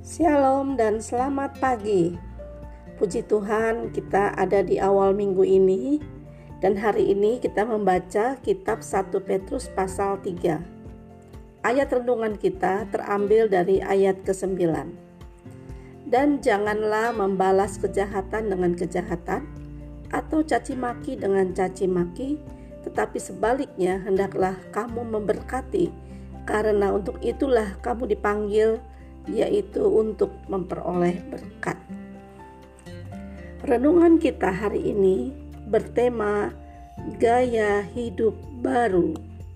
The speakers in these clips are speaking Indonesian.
Shalom dan selamat pagi. Puji Tuhan, kita ada di awal minggu ini dan hari ini kita membaca kitab 1 Petrus pasal 3. Ayat renungan kita terambil dari ayat ke-9. Dan janganlah membalas kejahatan dengan kejahatan atau caci maki dengan caci maki, tetapi sebaliknya hendaklah kamu memberkati, karena untuk itulah kamu dipanggil, yaitu untuk memperoleh berkat. Renungan kita hari ini bertema gaya hidup baru.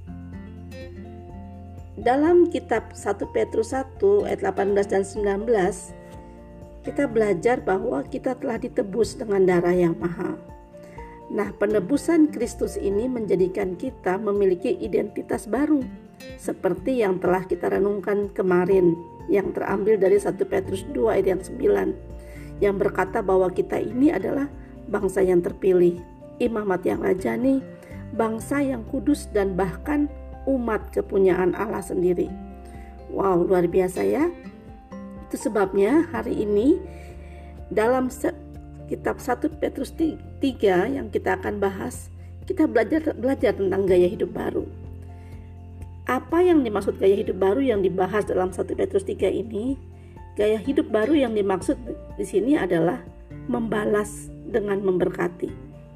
Dalam kitab 1 Petrus 1 ayat 18 dan 19, kita belajar bahwa kita telah ditebus dengan darah yang mahal. Nah, penebusan Kristus ini menjadikan kita memiliki identitas baru, seperti yang telah kita renungkan kemarin, yang terambil dari 1 Petrus 2 ayat yang 9, yang berkata bahwa kita ini adalah bangsa yang terpilih, imamat yang rajani, bangsa yang kudus, dan bahkan umat kepunyaan Allah sendiri. Wow, luar biasa ya. Itu sebabnya hari ini dalam kitab 1 Petrus 3 yang kita akan bahas, kita belajar tentang gaya hidup baru. Apa yang dimaksud gaya hidup baru yang dibahas dalam 1 Petrus 3 ini? Gaya hidup baru yang dimaksud di sini adalah membalas dengan memberkati.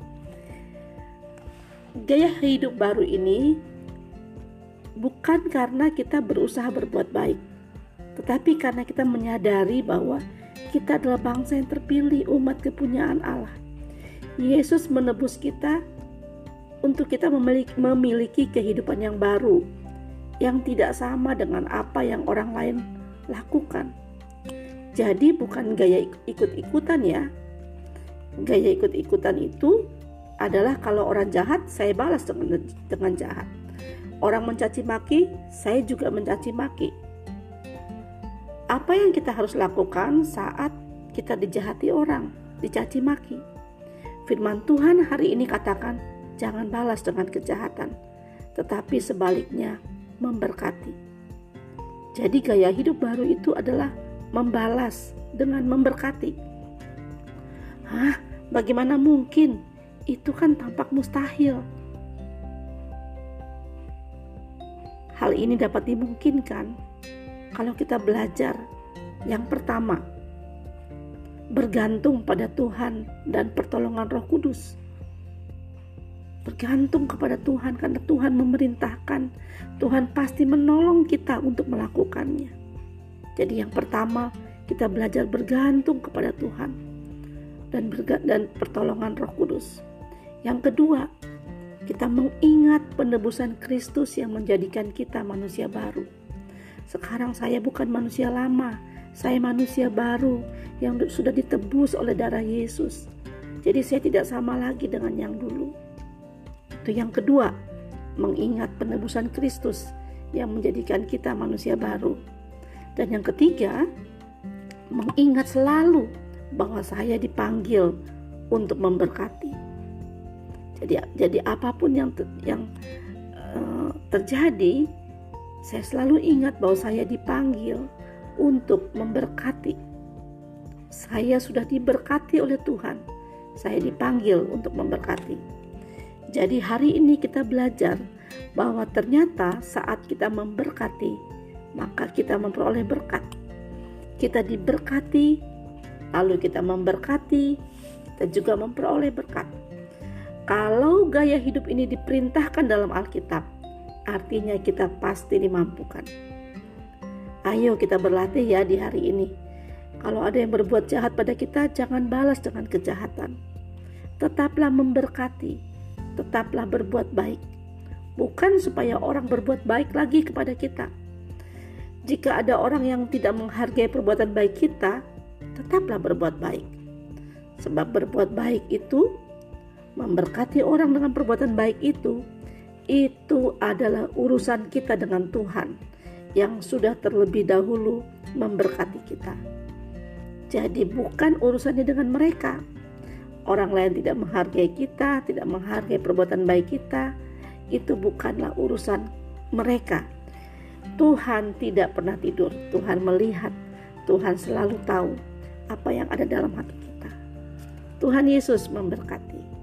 Gaya hidup baru ini bukan karena kita berusaha berbuat baik, tetapi karena kita menyadari bahwa kita adalah bangsa yang terpilih, umat kepunyaan Allah. Yesus menebus kita untuk kita memiliki kehidupan yang baru, yang tidak sama dengan apa yang orang lain lakukan. Jadi bukan gaya ikut-ikutan ya. Gaya ikut-ikutan itu adalah kalau orang jahat, saya balas dengan jahat. Orang mencaci maki, saya juga mencaci maki. Apa yang kita harus lakukan saat kita dijahati orang, dicaci maki? Firman Tuhan hari ini katakan, jangan balas dengan kejahatan, tetapi sebaliknya memberkati. Jadi gaya hidup baru itu adalah membalas dengan memberkati. Bagaimana mungkin? Itu kan tampak mustahil. Hal ini dapat dimungkinkan kalau kita belajar yang pertama, bergantung pada Tuhan dan pertolongan Roh Kudus. Bergantung kepada Tuhan karena Tuhan memerintahkan, Tuhan pasti menolong kita untuk melakukannya. Jadi yang pertama, kita belajar bergantung kepada Tuhan dan pertolongan Roh Kudus. Yang kedua, kita mengingat penebusan Kristus yang menjadikan kita manusia baru. Sekarang saya bukan manusia lama, saya manusia baru yang sudah ditebus oleh darah Yesus. Jadi saya tidak sama lagi dengan yang dulu. Itu yang kedua, mengingat penebusan Kristus yang menjadikan kita manusia baru. Dan yang ketiga, mengingat selalu bahwa saya dipanggil untuk memberkati. Jadi apapun yang terjadi, saya selalu ingat bahwa saya dipanggil untuk memberkati. Saya sudah diberkati oleh Tuhan. Saya dipanggil untuk memberkati. Jadi hari ini kita belajar bahwa ternyata saat kita memberkati, maka kita memperoleh berkat. Kita diberkati, lalu kita memberkati, kita juga memperoleh berkat. Kalau gaya hidup ini diperintahkan dalam Alkitab, artinya kita pasti dimampukan. Ayo kita berlatih ya di hari ini. Kalau ada yang berbuat jahat pada kita, jangan balas dengan kejahatan. Tetaplah memberkati. Tetaplah berbuat baik, bukan supaya orang berbuat baik lagi kepada kita. Jika ada orang yang tidak menghargai perbuatan baik kita, tetaplah berbuat baik. Sebab berbuat baik itu, memberkati orang dengan perbuatan baik itu adalah urusan kita dengan Tuhan yang sudah terlebih dahulu memberkati kita. Jadi bukan urusannya dengan mereka. Orang lain tidak menghargai kita, tidak menghargai perbuatan baik kita, itu bukanlah urusan mereka. Tuhan tidak pernah tidur, Tuhan melihat, Tuhan selalu tahu apa yang ada dalam hati kita. Tuhan Yesus memberkati.